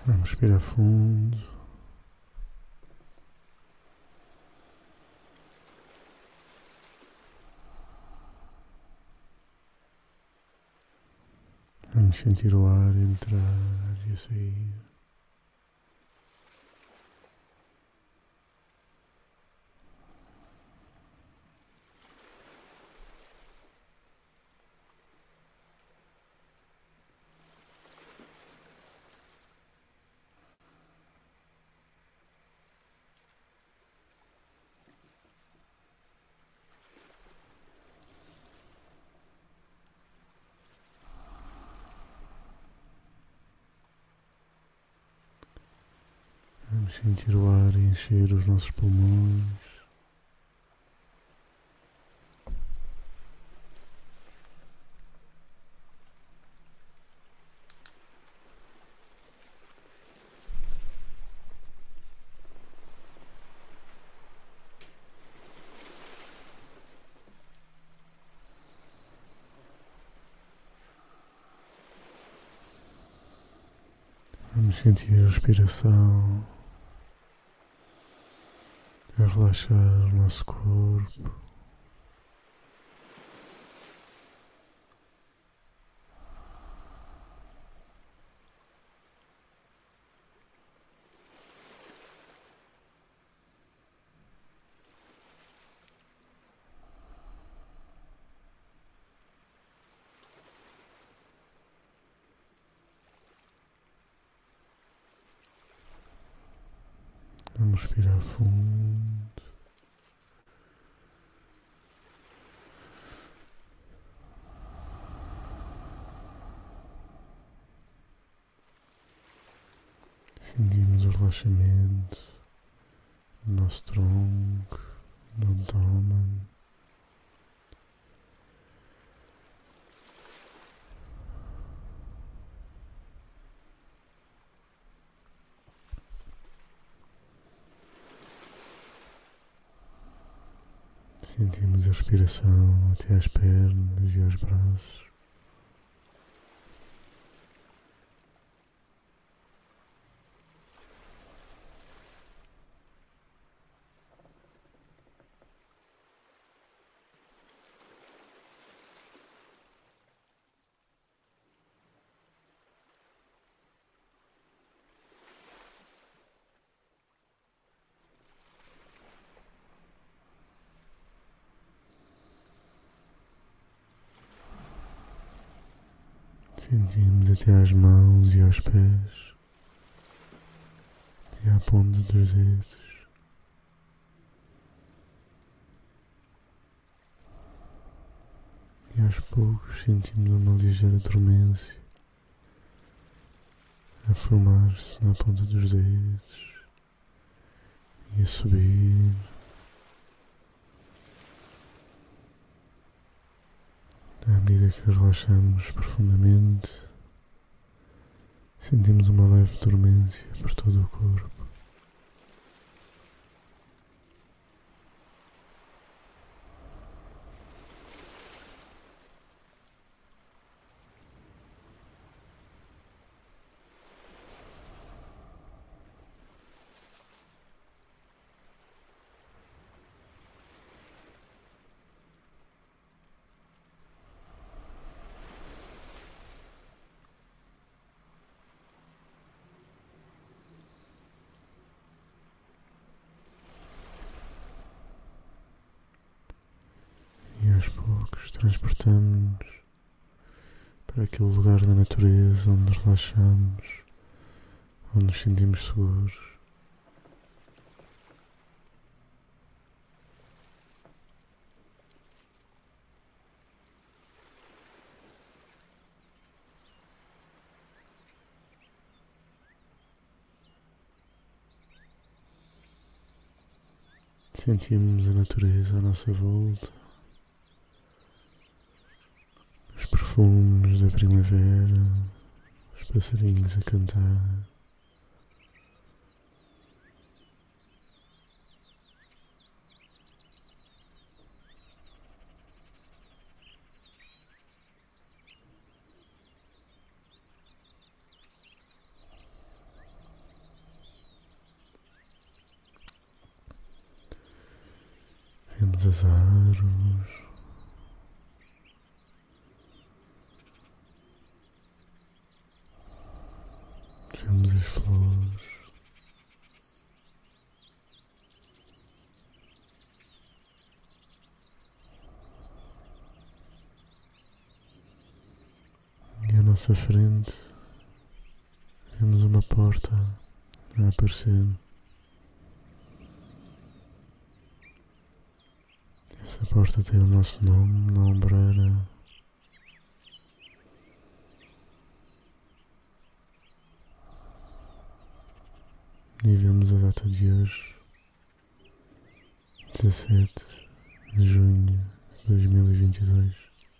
Vamos respirar fundo. Vamos sentir o ar entrar e a sair. Vamos sentir o ar encher os nossos pulmões. Vamos sentir a respiração a relaxar o nosso corpo. Vamos respirar fundo. Sentimos o relaxamento do nosso tronco, do abdômen. Sentimos a respiração até às pernas e aos braços. Sentimos até às mãos e aos pés e à ponta dos dedos. E aos poucos sentimos uma ligeira dormência a formar-se na ponta dos dedos e a subir. À medida que relaxamos profundamente, sentimos uma leve dormência por todo o corpo. E aos poucos transportamos-nos para aquele lugar da natureza onde nos relaxamos, onde nos sentimos seguros. Sentimos a natureza à nossa volta, os perfumes da primavera, os passarinhos a cantar. Vemos as árvores, vemos as flores, e à nossa frente vemos uma porta a aparecer. Essa porta tem o nosso nome na ombreira. E vemos a data de hoje, 17 de junho de 2022.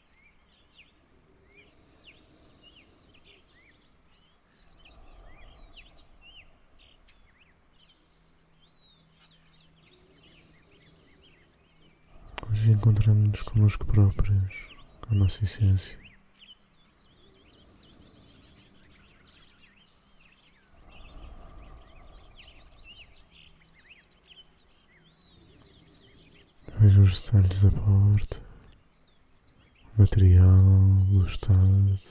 Hoje encontramos-nos connosco próprios, com a nossa essência. Veja os detalhes da porta, o material, o estado.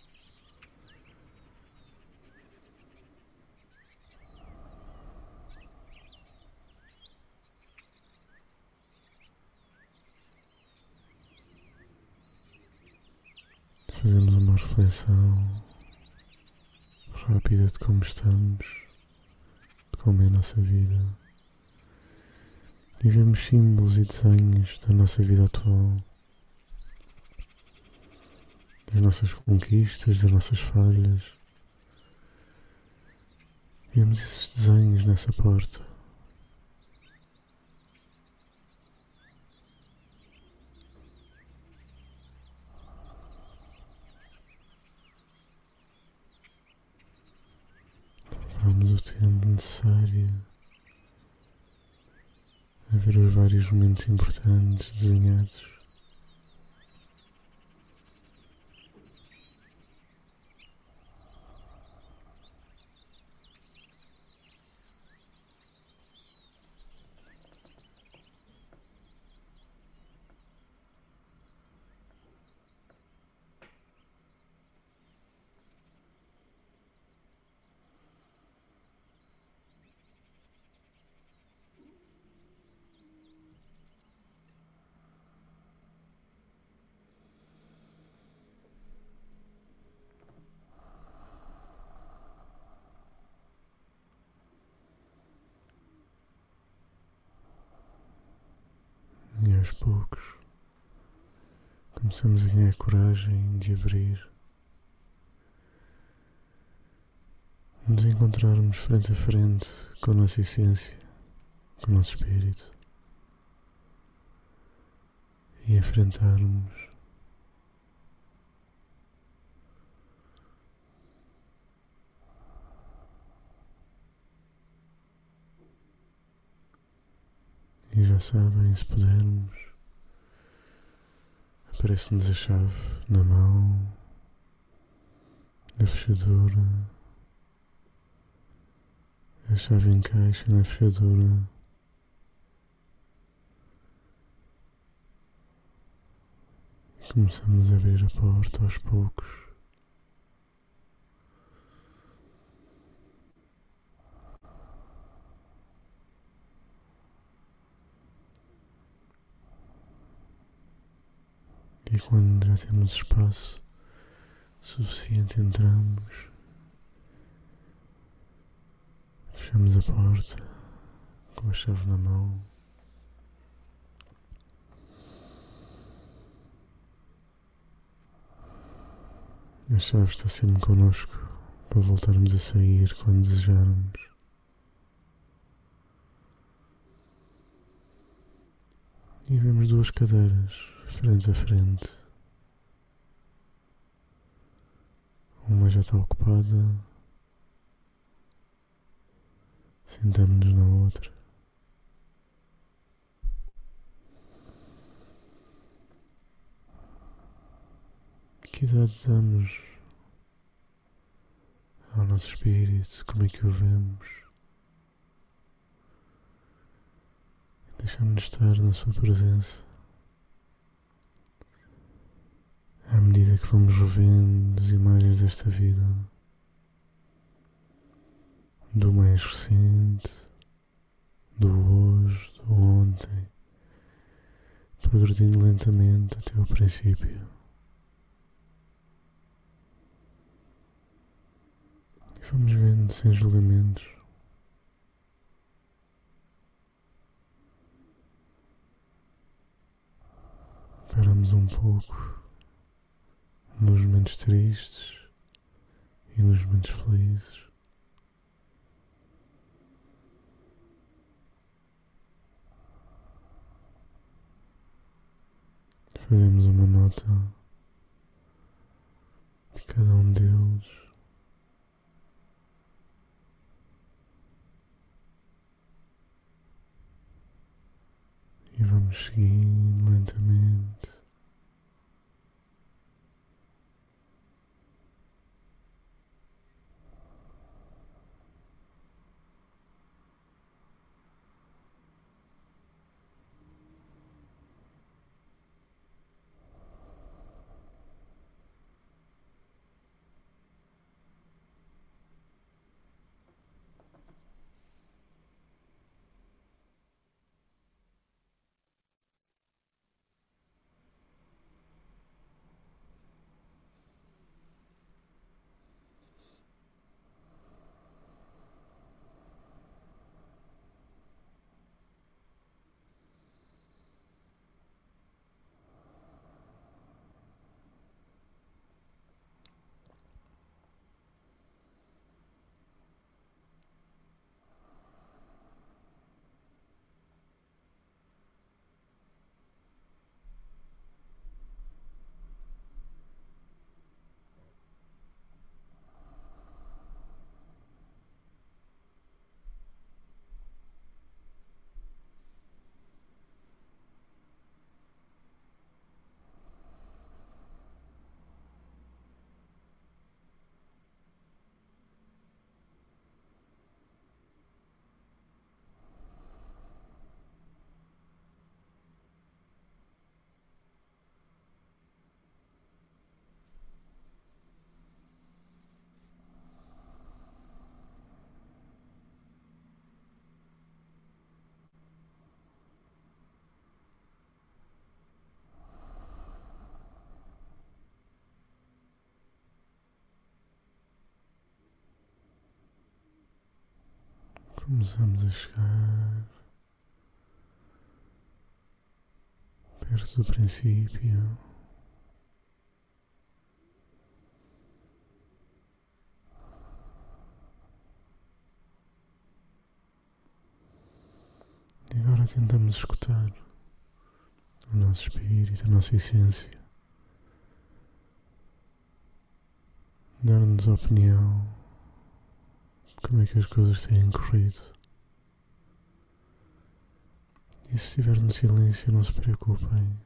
Fazemos uma reflexão rápida de como estamos, de como é a nossa vida. E vemos símbolos e desenhos da nossa vida atual, das nossas conquistas, das nossas falhas. Vemos esses desenhos nessa porta. Vamos o tempo necessário a ver os vários momentos importantes desenhados. E aos poucos começamos a ganhar coragem de abrir, nos encontrarmos frente a frente com a nossa essência, com o nosso espírito e enfrentarmos e já sabem, se pudermos, aparece-nos a chave na mão, a fechadura, a chave encaixa na fechadura. Começamos a abrir a porta aos poucos. E quando já temos espaço suficiente, entramos, fechamos a porta com a chave na mão. A chave está sempre connosco para voltarmos a sair quando desejarmos. E vemos duas cadeiras frente a frente. Uma já está ocupada. Sentamos-nos na outra. Que idade damos ao nosso espírito? Como é que o vemos? Deixamos-nos estar na sua presença à medida que vamos revendo as imagens desta vida, do mais recente, do hoje, do ontem, progredindo lentamente até o princípio. E vamos vendo sem julgamentos. Paramos um pouco nos momentos tristes e nos momentos felizes. Fazemos uma nota de cada um deles. E vamos seguindo lentamente. Começamos a chegar perto do princípio. E agora tentamos escutar o nosso espírito, a nossa essência, dar-nos a opinião de como é que as coisas têm corrido. E se estiver no silêncio, não se preocupem.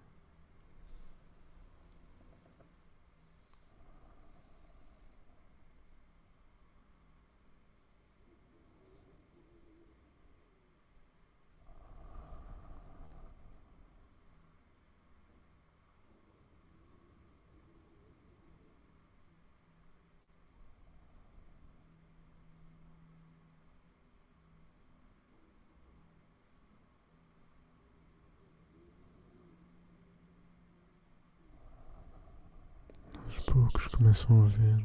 Aos poucos começam a ver,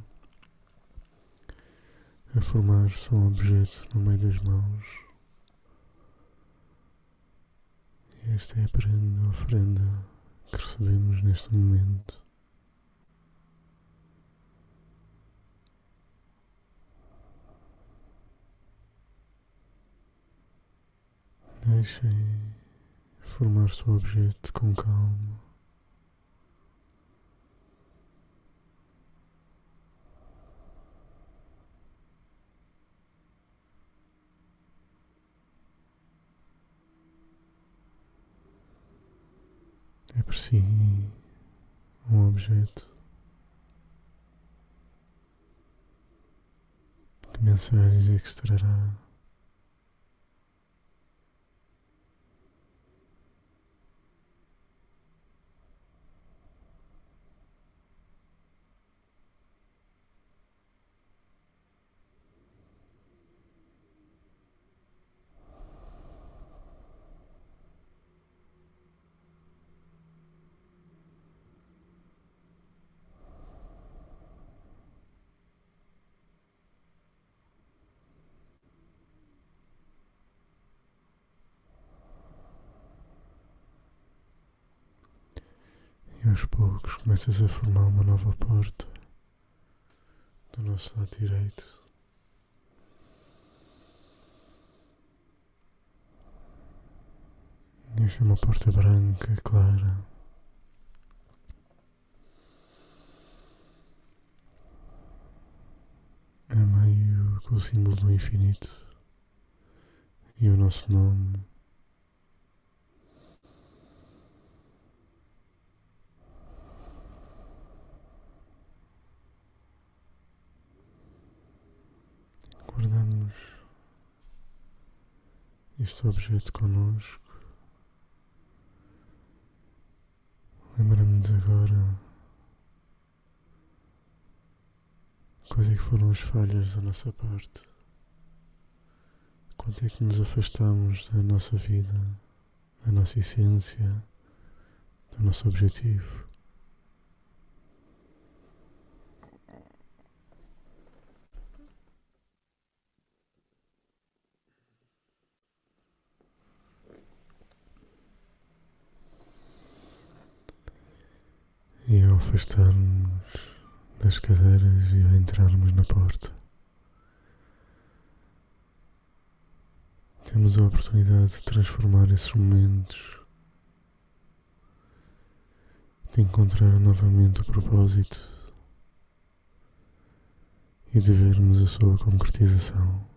a formar-se um objeto no meio das mãos. E esta é a prenda, a oferenda que recebemos neste momento. Deixem formar-se o objeto com calma. Apreciem um objeto. Que mensagens é que extrará? aos poucos começas a formar uma nova porta do nosso lado direito. Esta é uma porta branca, clara. É meio com o símbolo do infinito e o nosso nome. Guardamos este objeto connosco. Lembramos-nos agora quais é que foram as falhas da nossa parte. Quanto é que nos afastamos da nossa vida, da nossa essência, do nosso objetivo. E ao afastarmos das cadeiras e ao entrarmos na porta, temos a oportunidade de transformar esses momentos, de encontrar novamente o propósito e de vermos a sua concretização.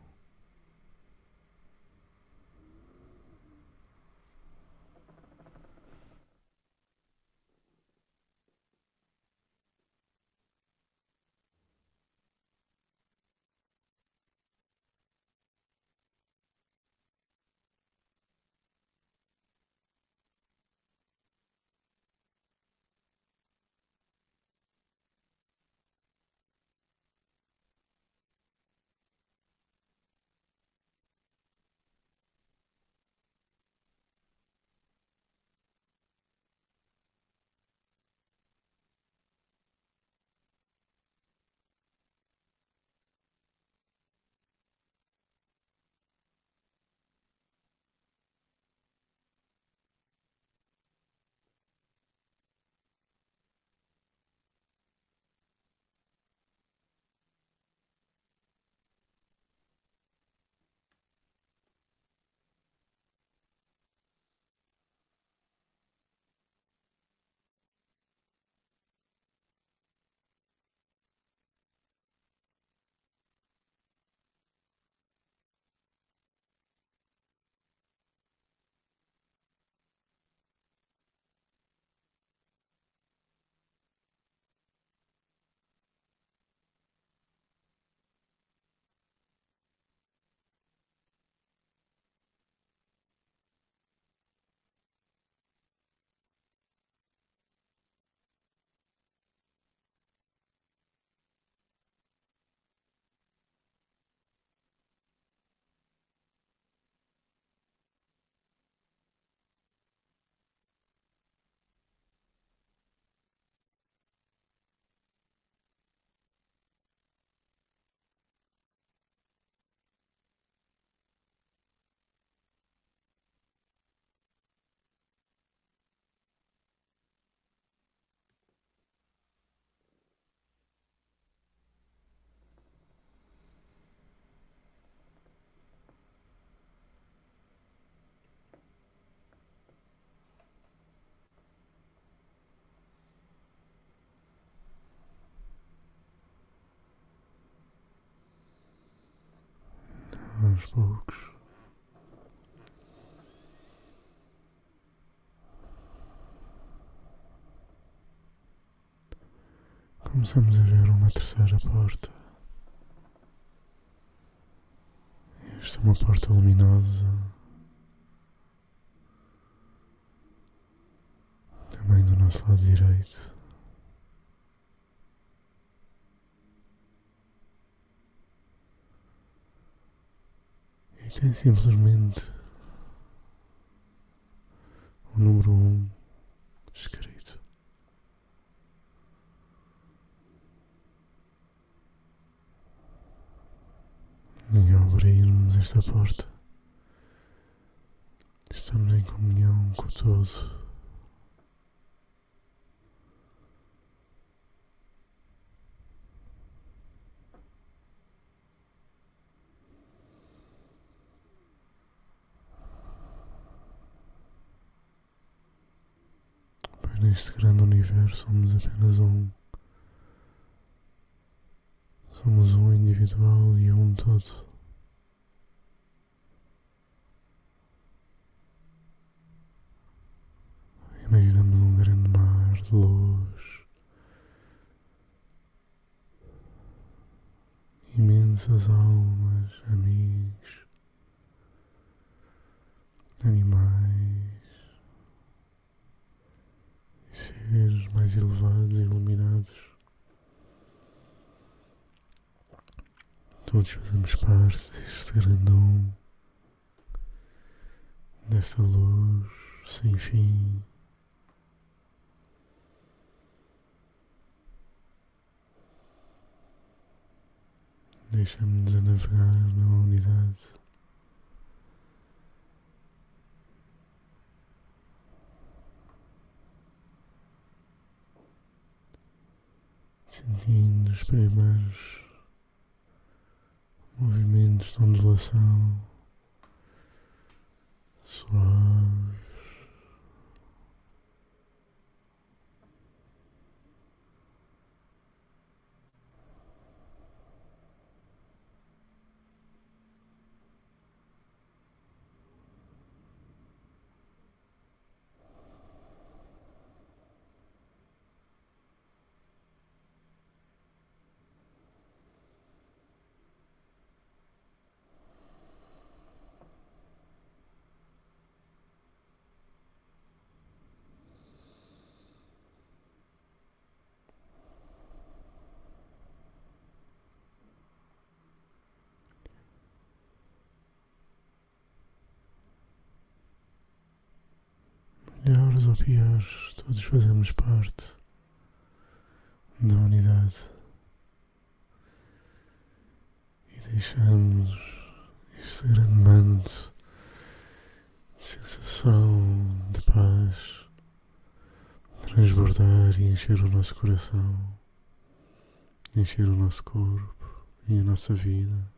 Aos poucos começamos a ver uma terceira porta. Esta é uma porta luminosa, também do nosso lado direito. E tem simplesmente o número 1 escrito. E ao abrirmos esta porta, estamos em comunhão com o todo. neste grande universo somos apenas um. Somos um individual e um todo. Imaginamos um grande mar de luz, imensas almas, amigos, animais e seres mais elevados e iluminados. Todos fazemos parte deste grande desta luz sem fim. Deixamos-nos a navegar na unidade. Sentindo os primeiros movimentos de ondulação suaves. Melhores ou piores, todos fazemos parte da unidade e deixamos este grande manto de sensação de paz transbordar e encher o nosso coração, encher o nosso corpo e a nossa vida.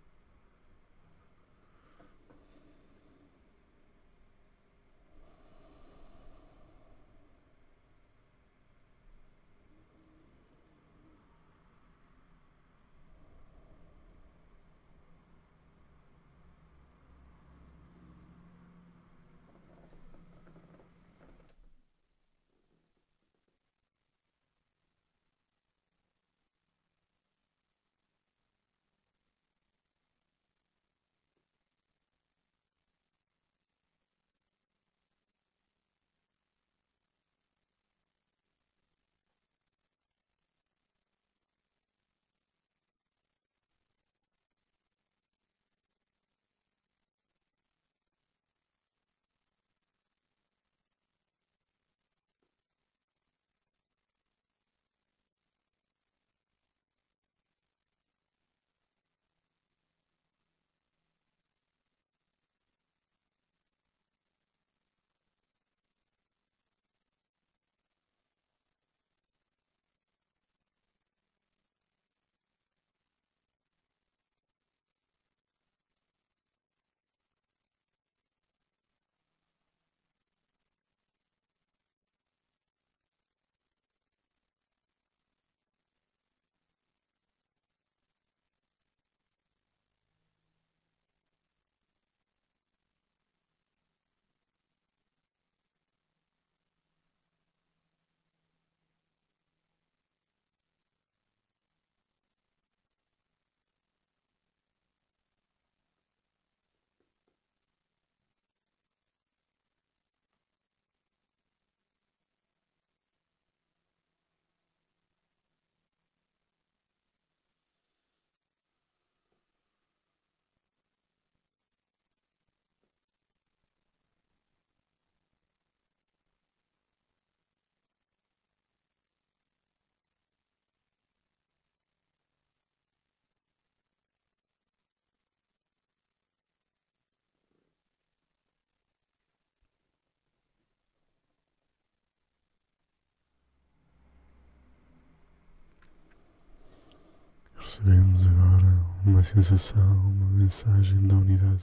Recebemos agora uma sensação, uma mensagem da unidade.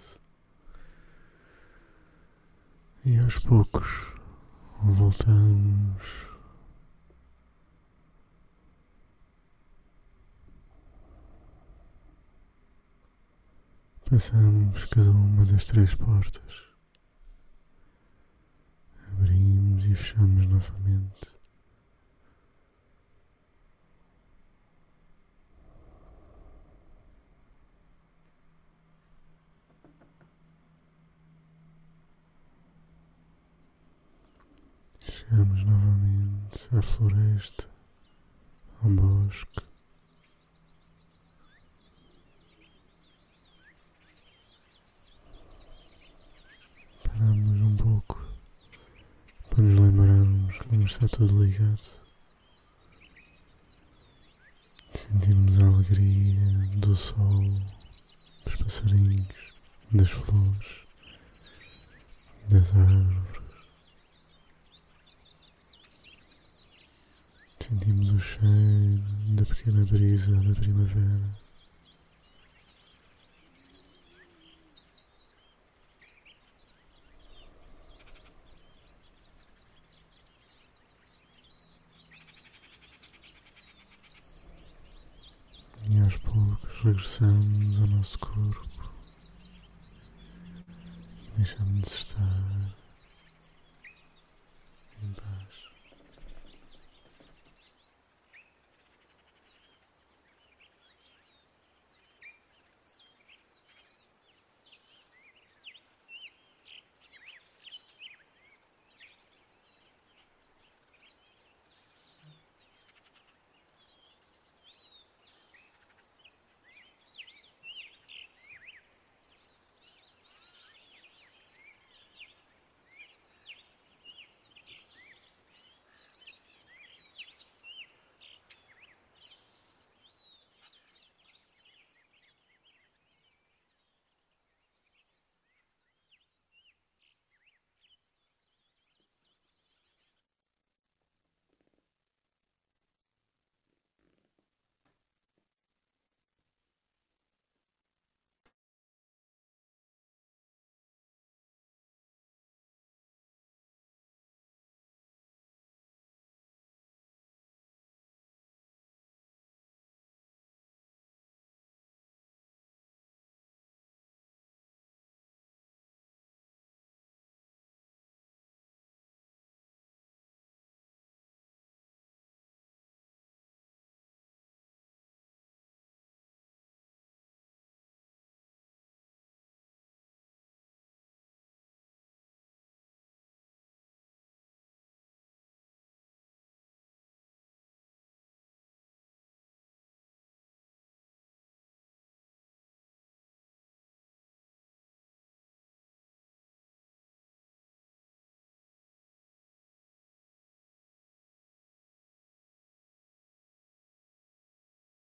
E aos poucos voltamos Passamos cada uma das três portas. Abrimos e fechamos novamente. Chegamos novamente à floresta, ao bosque. Paramos um pouco para nos lembrarmos como está tudo ligado. Sentimos a alegria do sol, dos passarinhos, das flores, das árvores. Sentimos o cheiro da pequena brisa da primavera. E aos poucos regressamos ao nosso corpo e deixamos de estar em paz.